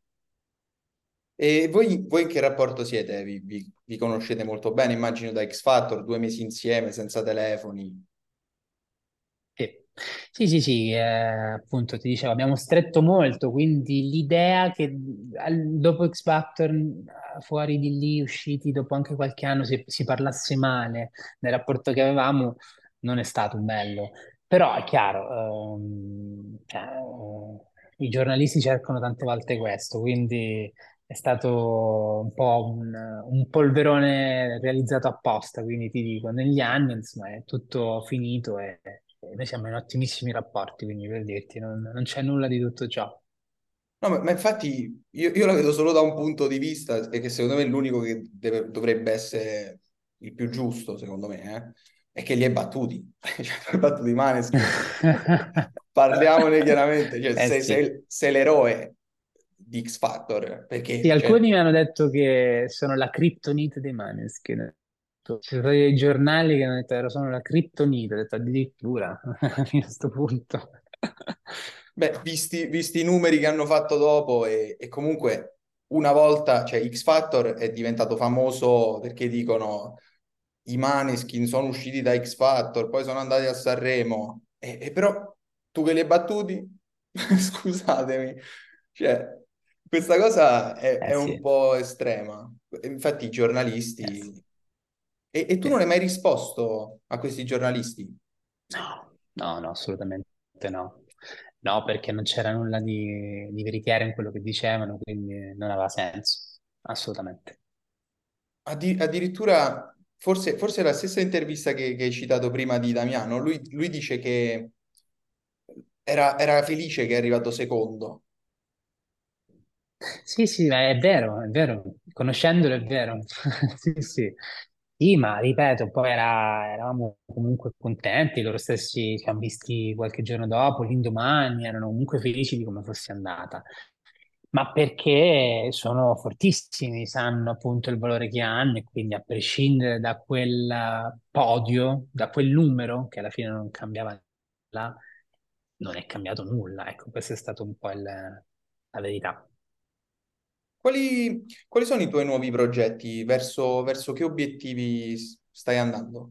E voi, voi in che rapporto siete? Vi, vi- vi conoscete molto bene, immagino da X Factor, due mesi insieme, senza telefoni. sì. Sì, sì, sì, eh, appunto ti dicevo, abbiamo stretto molto, quindi l'idea che al- dopo X Factor, eh, fuori di lì, usciti dopo anche qualche anno, si, si parlasse male del rapporto che avevamo, non è stato bello. Però è chiaro, ehm, cioè, eh, i giornalisti cercano tante volte questo, quindi è stato un po' un, un polverone realizzato apposta, quindi ti dico, negli anni, insomma, è tutto finito e, e noi siamo in ottimissimi rapporti, quindi per dirti, non, non c'è nulla di tutto ciò. No, ma, ma infatti io, io la vedo solo da un punto di vista, e che secondo me è l'unico che deve- dovrebbe essere il più giusto, secondo me, eh, è che li hai battuti. Cioè, tu hai battuto i Maneskin. Parliamone chiaramente, cioè, Eh sei, sì. sei- sei l'eroe di X Factor, Sì, perché cioè, alcuni mi hanno detto che sono la Kryptonite dei Maneskin. Ci sono stati dei giornali che hanno detto che sono la Kryptonite, ho detto addirittura a questo punto. beh, visti, visti i numeri che hanno fatto dopo e, e comunque una volta, cioè X Factor è diventato famoso perché dicono i Maneskin sono usciti da X Factor, poi sono andati a Sanremo, e, e però tu che li hai battuti, scusatemi, cioè questa cosa è, Eh è un sì, po' estrema. Infatti i eh sì. giornalisti... E, e tu Sì. non hai mai risposto a questi giornalisti? No, no, no, assolutamente no. No, perché non c'era nulla di, di veritiero in quello che dicevano, quindi non aveva senso, assolutamente. Addi- addirittura, forse, forse la stessa intervista che, che hai citato prima di Damiano, lui, lui dice che era, era felice che è arrivato secondo. Sì, sì, ma è vero, è vero, conoscendolo è vero. Sì, sì. Sì, ma ripeto, poi era- eravamo comunque contenti, loro stessi ci hanno visti qualche giorno dopo, l'indomani, erano comunque felici di come fosse andata. Ma perché sono fortissimi, sanno appunto il valore che hanno e quindi a prescindere da quel podio, da quel numero, che alla fine non cambiava nulla, non è cambiato nulla. Ecco, questa è stata un po' il- la verità. Quali, quali sono i tuoi nuovi progetti? Verso, verso che obiettivi s- stai andando?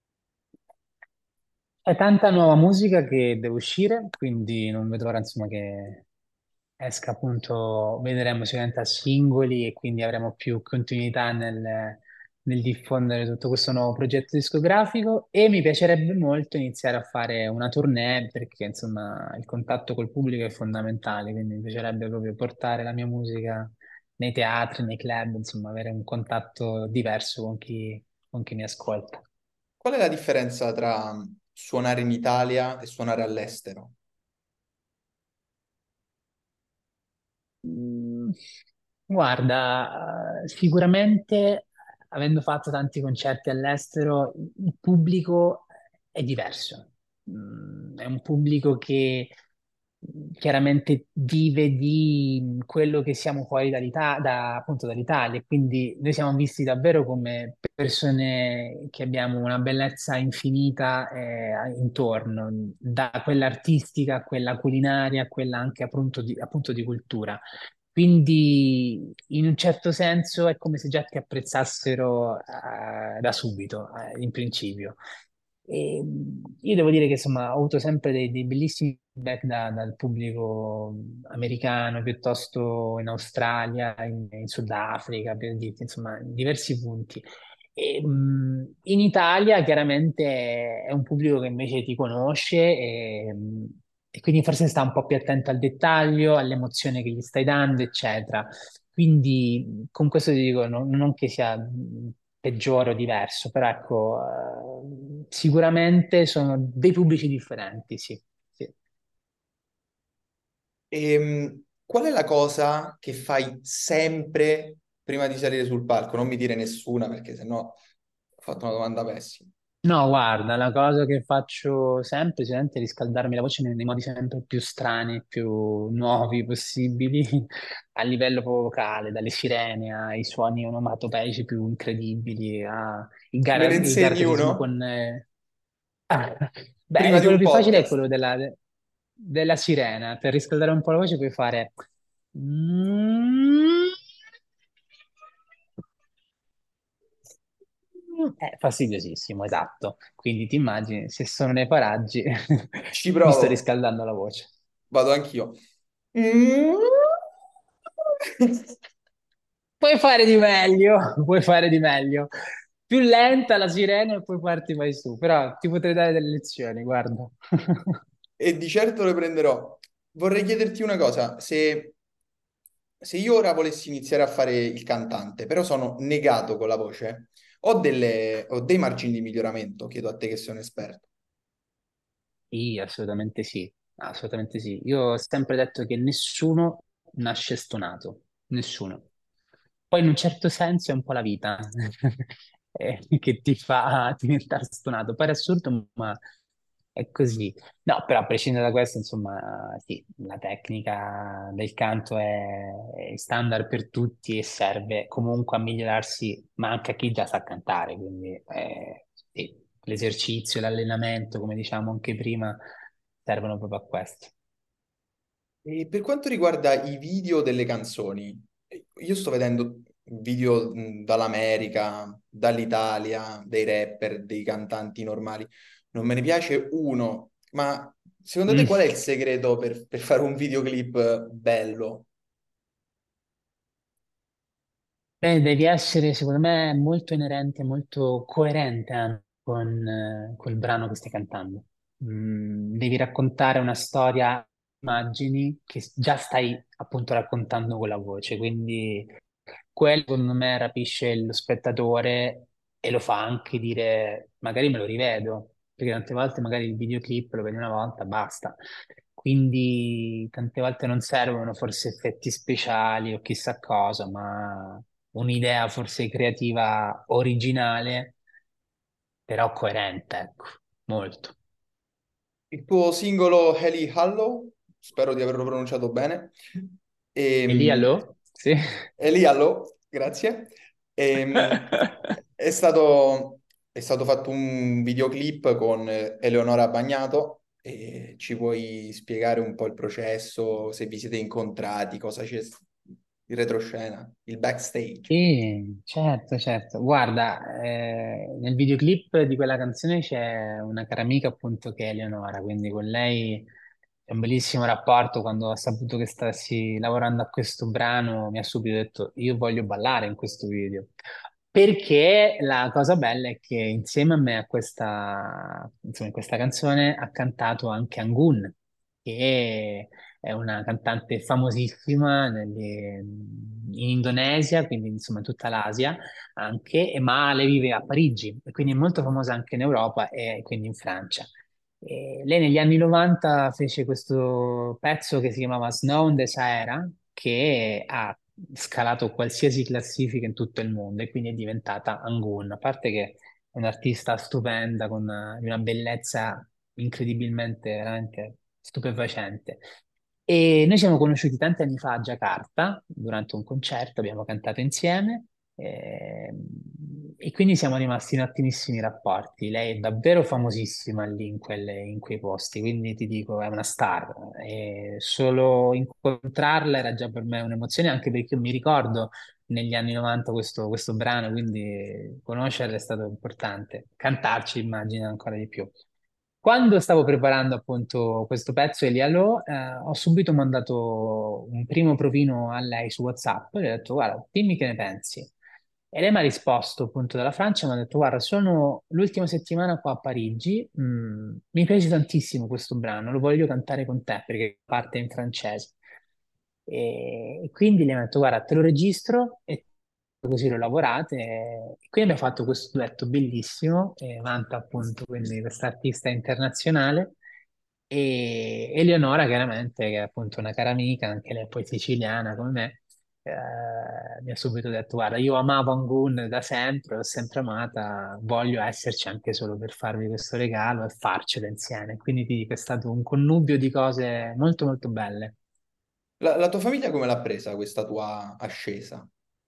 C'è tanta nuova musica che deve uscire, quindi non vedo l'ora insomma che esca appunto, vedremo sicuramente a singoli e quindi avremo più continuità nel, nel diffondere tutto questo nuovo progetto discografico e mi piacerebbe molto iniziare a fare una tournée perché insomma il contatto col pubblico è fondamentale, quindi mi piacerebbe proprio portare la mia musica nei teatri, nei club, insomma avere un contatto diverso con chi, con chi mi ascolta. Qual è la differenza tra suonare in Italia e suonare all'estero? Mm, Guarda, eh, sicuramente avendo fatto tanti concerti all'estero, il pubblico è diverso. Mm, È un pubblico che chiaramente vive di quello che siamo fuori dall'Ita- da, appunto dall'Italia, e quindi noi siamo visti davvero come persone che abbiamo una bellezza infinita eh, intorno, da quella artistica a quella culinaria, a quella anche appunto di, appunto di cultura. Quindi in un certo senso è come se già ti apprezzassero eh, da subito, eh, in principio. E, mh, io devo dire che insomma ho avuto sempre dei, dei bellissimi feedback da- dal pubblico americano, piuttosto in Australia, in, in Sudafrica, per dirti, insomma, in diversi punti. E, mh, in Italia chiaramente è un pubblico che invece ti conosce e, mh, e quindi forse sta un po' più attento al dettaglio, all'emozione che gli stai dando, eccetera. Quindi con questo ti dico, non, non che sia mh, peggiore o diverso, però ecco, eh, sicuramente sono dei pubblici differenti, sì. Sì. Ehm, qual è la cosa che fai sempre prima di salire sul palco? Non mi dire nessuna, perché sennò ho fatto una domanda pessima. No, guarda, la cosa che faccio sempre, sicuramente è riscaldarmi la voce nei, nei modi sempre più strani, più nuovi possibili, a livello vocale, dalle sirene ai suoni onomatopeici più incredibili, ai Me ne gar- i insegni gargarismi uno? con... eh, ah, Prima beh, di quello un più facile è podcast. quello della, della sirena. Per riscaldare un po' la voce puoi fare... È fastidiosissimo, esatto. Quindi ti immagini, se sono nei paraggi, Ci mi sto provo. riscaldando la voce. Vado anch'io. Mm. Puoi fare di meglio, puoi fare di meglio. Più lenta la sirena e poi parti vai su, però ti potrei dare delle lezioni, guarda. E di certo le prenderò. Vorrei chiederti una cosa, se, se io ora volessi iniziare a fare il cantante, però sono negato con la voce, ho delle, ho dei margini di miglioramento, chiedo a te che sei un esperto. Sì, assolutamente sì, assolutamente sì. Io ho sempre detto che nessuno nasce stonato, nessuno. Poi in un certo senso è un po' la vita eh, che ti fa diventare stonato. Pare assurdo, ma è così. No, però a prescindere da questo, insomma, sì, la tecnica del canto è, è standard per tutti e serve comunque a migliorarsi, ma anche a chi già sa cantare. Quindi eh, sì, l'esercizio, l'allenamento, come diciamo anche prima, servono proprio a questo. E per quanto riguarda i video delle canzoni, io sto vedendo video mh, dall'America, dall'Italia, dei rapper, dei cantanti normali. Non me ne piace uno, ma secondo te Mm. qual è il segreto per, per fare un videoclip bello? Beh, devi essere, secondo me, molto inerente, molto coerente anche con eh, col brano che stai cantando. Mm, devi raccontare una storia, immagini che s- già stai appunto raccontando con la voce, quindi quello secondo me rapisce lo spettatore e lo fa anche dire, magari me lo rivedo, perché tante volte magari il videoclip lo vedi una volta, basta. Quindi tante volte non servono forse effetti speciali o chissà cosa, ma un'idea forse creativa originale, però coerente, ecco, molto. Il tuo singolo Helly Hallow, spero di averlo pronunciato bene, E lì ehm, allò? Sì. Helly Hallow, grazie. Ehm, è stato, è stato fatto un videoclip con Eleonora Bagnato e ci puoi spiegare un po' il processo, se vi siete incontrati, cosa c'è, il retroscena, il backstage. Sì, certo, certo. Guarda, eh, nel videoclip di quella canzone c'è una cara amica appunto che è Eleonora, quindi con lei c'è un bellissimo rapporto. Quando ha saputo che stessi lavorando a questo brano, mi ha subito detto: Io voglio ballare in questo video. Perché la cosa bella è che insieme a me a questa, insomma, in questa canzone ha cantato anche Angun, che è una cantante famosissima nelle- in Indonesia, quindi insomma in tutta l'Asia anche, e- ma lei vive a Parigi e quindi è molto famosa anche in Europa e quindi in Francia. E lei negli anni novanta fece questo pezzo che si chiamava Snow in the Sahara, che ha scalato qualsiasi classifica in tutto il mondo e quindi è diventata Angun. A parte che è un'artista stupenda, con una, di una bellezza incredibilmente, veramente stupefacente. E noi ci siamo conosciuti tanti anni fa a Giacarta, durante un concerto, abbiamo cantato insieme ehm, e quindi siamo rimasti in ottimissimi rapporti. Lei è davvero famosissima lì in quelle- in quei posti, quindi ti dico, è una star. E solo incontrarla era già per me un'emozione, anche perché io mi ricordo negli anni novanta questo, questo brano, quindi conoscerla è stato importante. Cantarci, immagino, ancora di più. Quando stavo preparando appunto questo pezzo, Elialò, eh, ho subito mandato un primo provino a lei su WhatsApp e le ho detto, guarda, dimmi che ne pensi. E lei mi ha risposto appunto dalla Francia, mi ha detto, guarda, sono l'ultima settimana qua a Parigi, mm, mi piace tantissimo questo brano, lo voglio cantare con te perché parte in francese. E, e quindi le ho detto, guarda, te lo registro e così lo lavorate. E quindi abbiamo fatto questo duetto bellissimo, e vanta appunto quindi questa artista internazionale. E Eleonora, chiaramente, che è appunto una cara amica, anche lei è poi siciliana come me, eh, mi ha subito detto: Guarda, io amavo Angun da sempre, l'ho sempre amata, voglio esserci anche solo per farvi questo regalo e farcelo insieme. Quindi ti dico, è stato un connubio di cose molto, molto belle. La, la tua famiglia come l'ha presa questa tua ascesa?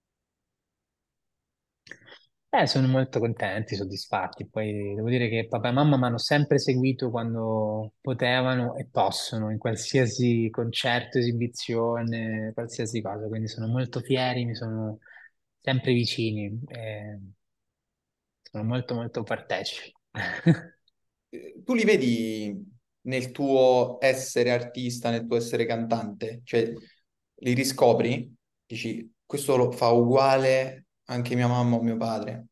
Eh, sono molto contenti, soddisfatti. Poi devo dire che papà e mamma mi hanno sempre seguito quando potevano e possono, in qualsiasi concerto, esibizione, qualsiasi cosa. Quindi sono molto fieri, mi sono sempre vicini, e sono molto molto partecipi. Eh, Tu li vedi nel tuo essere artista, nel tuo essere cantante? Cioè, li riscopri? Dici, questo lo fa uguale anche mia mamma o mio padre?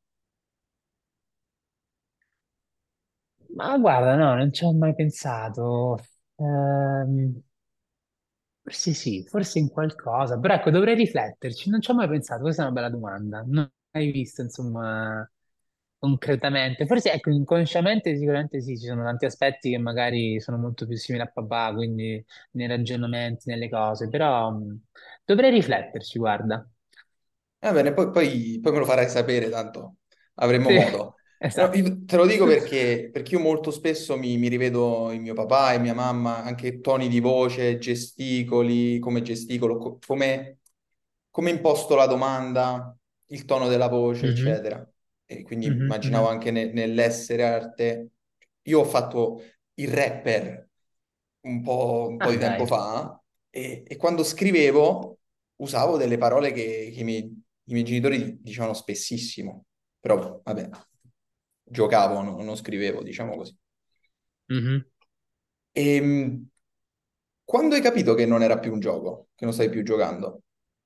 Ma guarda, no, non ci ho mai pensato. Ehm, Forse sì, forse in qualcosa, però ecco, dovrei rifletterci, non ci ho mai pensato, questa è una bella domanda, non ho mai visto, insomma, concretamente, forse ecco, inconsciamente sicuramente sì, ci sono tanti aspetti che magari sono molto più simili a papà, quindi nei ragionamenti, nelle cose, però mh, dovrei rifletterci, guarda. Va bene, poi, poi- poi me lo farai sapere, tanto avremo Sì, modo. No, esatto. io te lo dico perché, perché io molto spesso mi, mi rivedo in mio papà e mia mamma, anche toni di voce, gesticoli, come gesticolo, co- come, come imposto la domanda, il tono della voce, Mhm, eccetera. E quindi mhm, immaginavo mhm. anche ne- nell'essere arte. Io ho fatto il rapper un po', un po' Ah, di tempo dai. fa e, e quando scrivevo usavo delle parole che, che i miei, i miei genitori dicevano spessissimo, però vabbè, giocavo, no- non scrivevo, diciamo così. Mhm. E quando hai capito che non era più un gioco, che non stai più giocando?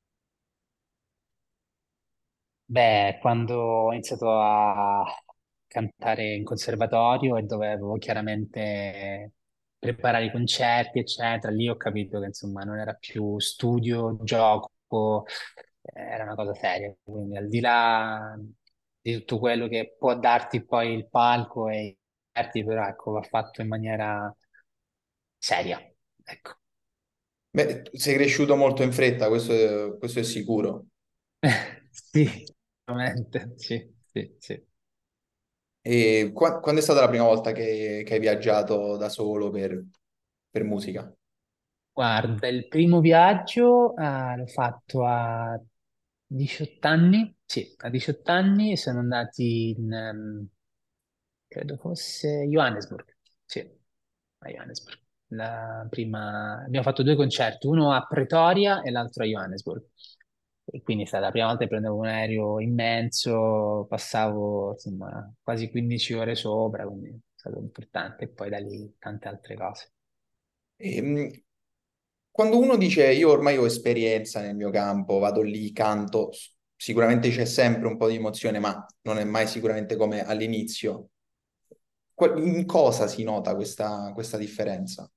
Beh, quando ho iniziato a cantare in conservatorio e dovevo chiaramente preparare i concerti, eccetera, lì ho capito che insomma non era più studio, gioco, era una cosa seria. Quindi al di là di tutto quello che può darti poi il palco e i concerti, però ecco, va fatto in maniera seria. Ecco. Beh, sei cresciuto molto in fretta, questo è, questo è sicuro. Sì, veramente, sì, sì, sì. E qua- quando è stata la prima volta che, che hai viaggiato da solo per, per musica? Guarda, il primo viaggio eh, l'ho fatto a diciotto anni, sì, a diciotto anni sono andati in, ehm, credo fosse Johannesburg, sì, a Johannesburg. La prima... Abbiamo fatto due concerti, uno a Pretoria e l'altro a Johannesburg. E quindi è stata la prima volta che prendevo un aereo immenso, passavo insomma quasi quindici ore sopra, quindi è stato importante. E poi da lì tante altre cose. E, mh, quando uno dice io ormai ho esperienza nel mio campo, vado lì, canto, s- sicuramente c'è sempre un po' di emozione, ma non è mai sicuramente come all'inizio. Que- In cosa si nota questa, questa differenza?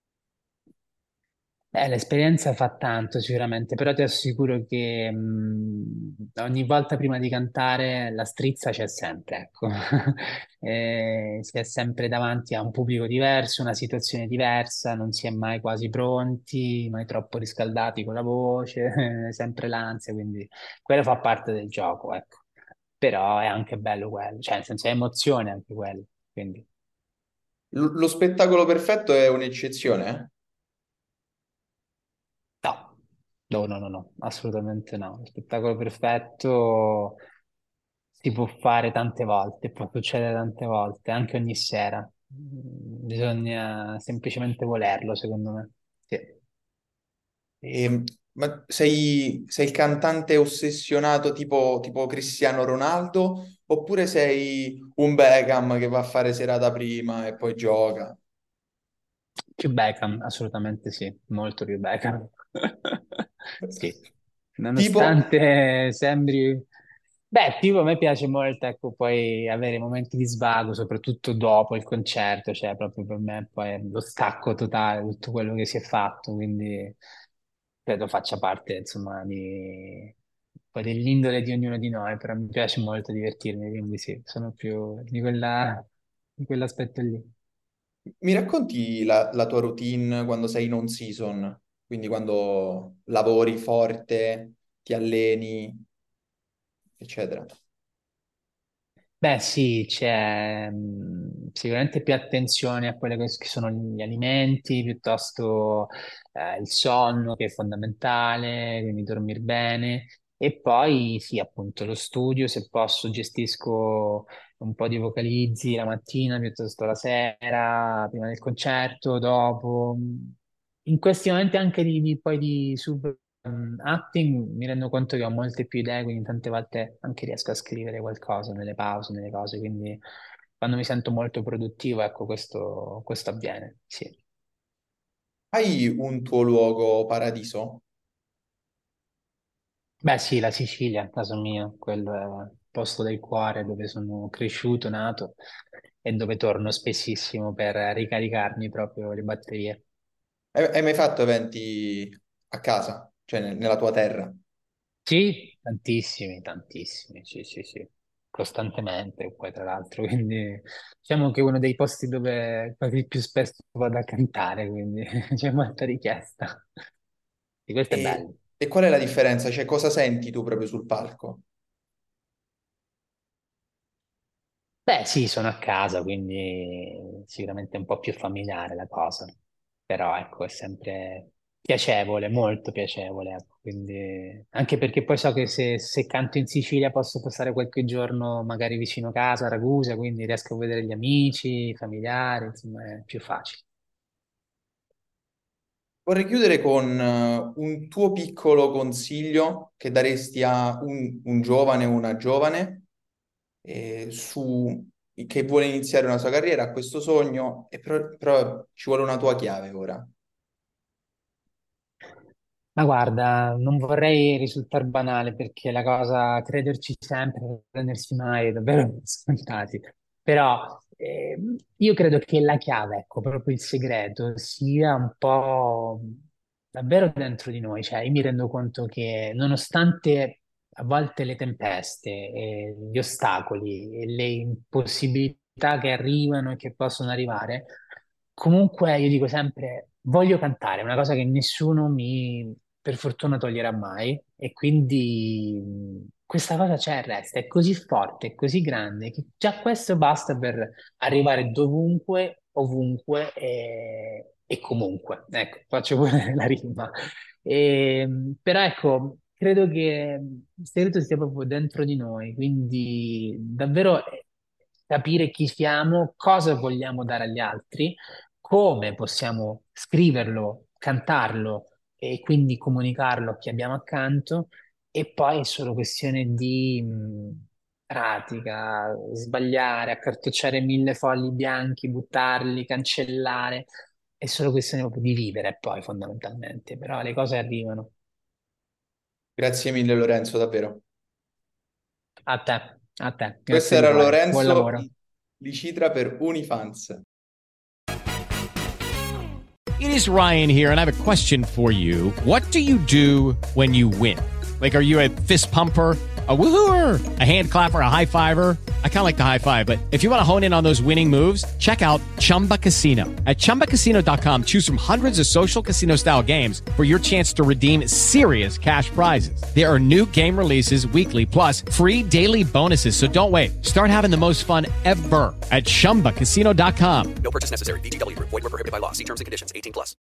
Eh, l'esperienza fa tanto sicuramente, però ti assicuro che mh, ogni volta prima di cantare la strizza c'è sempre, ecco. Eh, si è sempre davanti a un pubblico diverso, una situazione diversa, non si è mai quasi pronti, mai troppo riscaldati con la voce, sempre l'ansia, quindi quello fa parte del gioco, ecco. Però è anche bello quello, cioè nel senso è emozione anche quello, quindi. L- lo spettacolo perfetto è un'eccezione, No, no, no, no, assolutamente no. Lo spettacolo perfetto si può fare tante volte, può succedere tante volte, anche ogni sera. Mm, Bisogna semplicemente volerlo, secondo me. Sì. E, ma sei, sei il cantante ossessionato tipo, tipo Cristiano Ronaldo oppure sei un Beckham che va a fare serata prima e poi gioca? Più Beckham, assolutamente sì, molto più Beckham. Sì, Tipo, nonostante sembri... Beh, tipo a me piace molto, ecco, poi avere momenti di svago, soprattutto dopo il concerto, cioè proprio per me poi è lo stacco totale di tutto quello che si è fatto, quindi credo faccia parte, insomma, di... poi dell'indole di ognuno di noi, però mi piace molto divertirmi, quindi sì, sono più di quella... di quell'aspetto lì. mi racconti la, la tua routine quando sei in on season? Quindi quando lavori forte, ti alleni, eccetera. Beh, sì, c'è mh, sicuramente più attenzione a quelli che che sono gli alimenti, piuttosto eh, il sonno, che è fondamentale, quindi dormire bene. E poi sì, appunto, lo studio, se posso, gestisco un po' di vocalizzi la mattina, piuttosto la sera, prima del concerto, dopo. In questi momenti anche di, di- poi di sub mm, acting mi rendo conto che ho molte più idee, quindi tante volte anche riesco a scrivere qualcosa nelle pause, nelle cose, quindi quando mi sento molto produttivo, ecco, questo, questo avviene, sì. Hai un tuo luogo paradiso? Beh, sì, la Sicilia, a casa mia, quello è il posto del cuore dove sono cresciuto, nato e dove torno spessissimo per ricaricarmi proprio le batterie. Hai, hai mai fatto eventi a casa, cioè nel- nella tua terra? Sì, tantissimi, tantissimi, sì, sì, sì, costantemente, poi tra l'altro, quindi diciamo che è uno dei posti dove quasi più spesso vado a cantare, quindi c'è molta richiesta. E questo è E, bello. e qual è la differenza? Cioè, cosa senti tu proprio sul palco? Beh, sì, sono a casa, quindi sicuramente è un po' più familiare la cosa, però ecco, è sempre piacevole, molto piacevole, ecco, quindi anche perché poi so che se, se canto in Sicilia posso passare qualche giorno magari vicino casa, a Ragusa, quindi riesco a vedere gli amici, i familiari, insomma, è più facile. Vorrei chiudere con eh, un tuo piccolo consiglio che daresti a un, un giovane o una giovane eh, su, che vuole iniziare una sua carriera, ha questo sogno, e però, però ci vuole una tua chiave ora. Ma guarda, non vorrei risultare banale perché la cosa, crederci sempre, non prendersi mai, è davvero scontati. Però ehm, io credo che la chiave, ecco, proprio il segreto, sia un po' davvero dentro di noi. Cioè, io mi rendo conto che nonostante a volte le tempeste, e gli ostacoli e le impossibilità che arrivano e che possono arrivare, comunque io dico sempre, voglio cantare, è una cosa che nessuno mi, per fortuna, toglierà mai e quindi mh, questa cosa c'è e resta, è così forte, è così grande che già questo basta per arrivare dovunque, ovunque e, e comunque. Ecco, faccio pure la rima. E, però ecco, credo che il segreto sia proprio dentro di noi, quindi davvero eh, capire chi siamo, cosa vogliamo dare agli altri, come possiamo scriverlo, cantarlo e quindi comunicarlo a chi abbiamo accanto, e poi è solo questione di mh, pratica, sbagliare, accartocciare mille fogli bianchi, buttarli, cancellare. È solo questione proprio di vivere poi fondamentalmente, però le cose arrivano. Grazie mille Lorenzo, davvero. A te, a te, Questo grazie di era cuore, buon Lorenzo lavoro. Licitra per Unifans. It is Ryan here, and I have a question for you. What do you do when you win? Like, are you a fist pumper, a woohooer, a hand clapper, a high fiver? I kind of like the high five, but if you want to hone in on those winning moves, check out Chumba Casino. At chumba casino dot com, choose from hundreds of social casino style games for your chance to redeem serious cash prizes. There are new game releases weekly, plus free daily bonuses. So don't wait. Start having the most fun ever at chumba casino dot com. No purchase necessary. V G W Group. Void where prohibited by law. See terms and conditions. eighteen plus.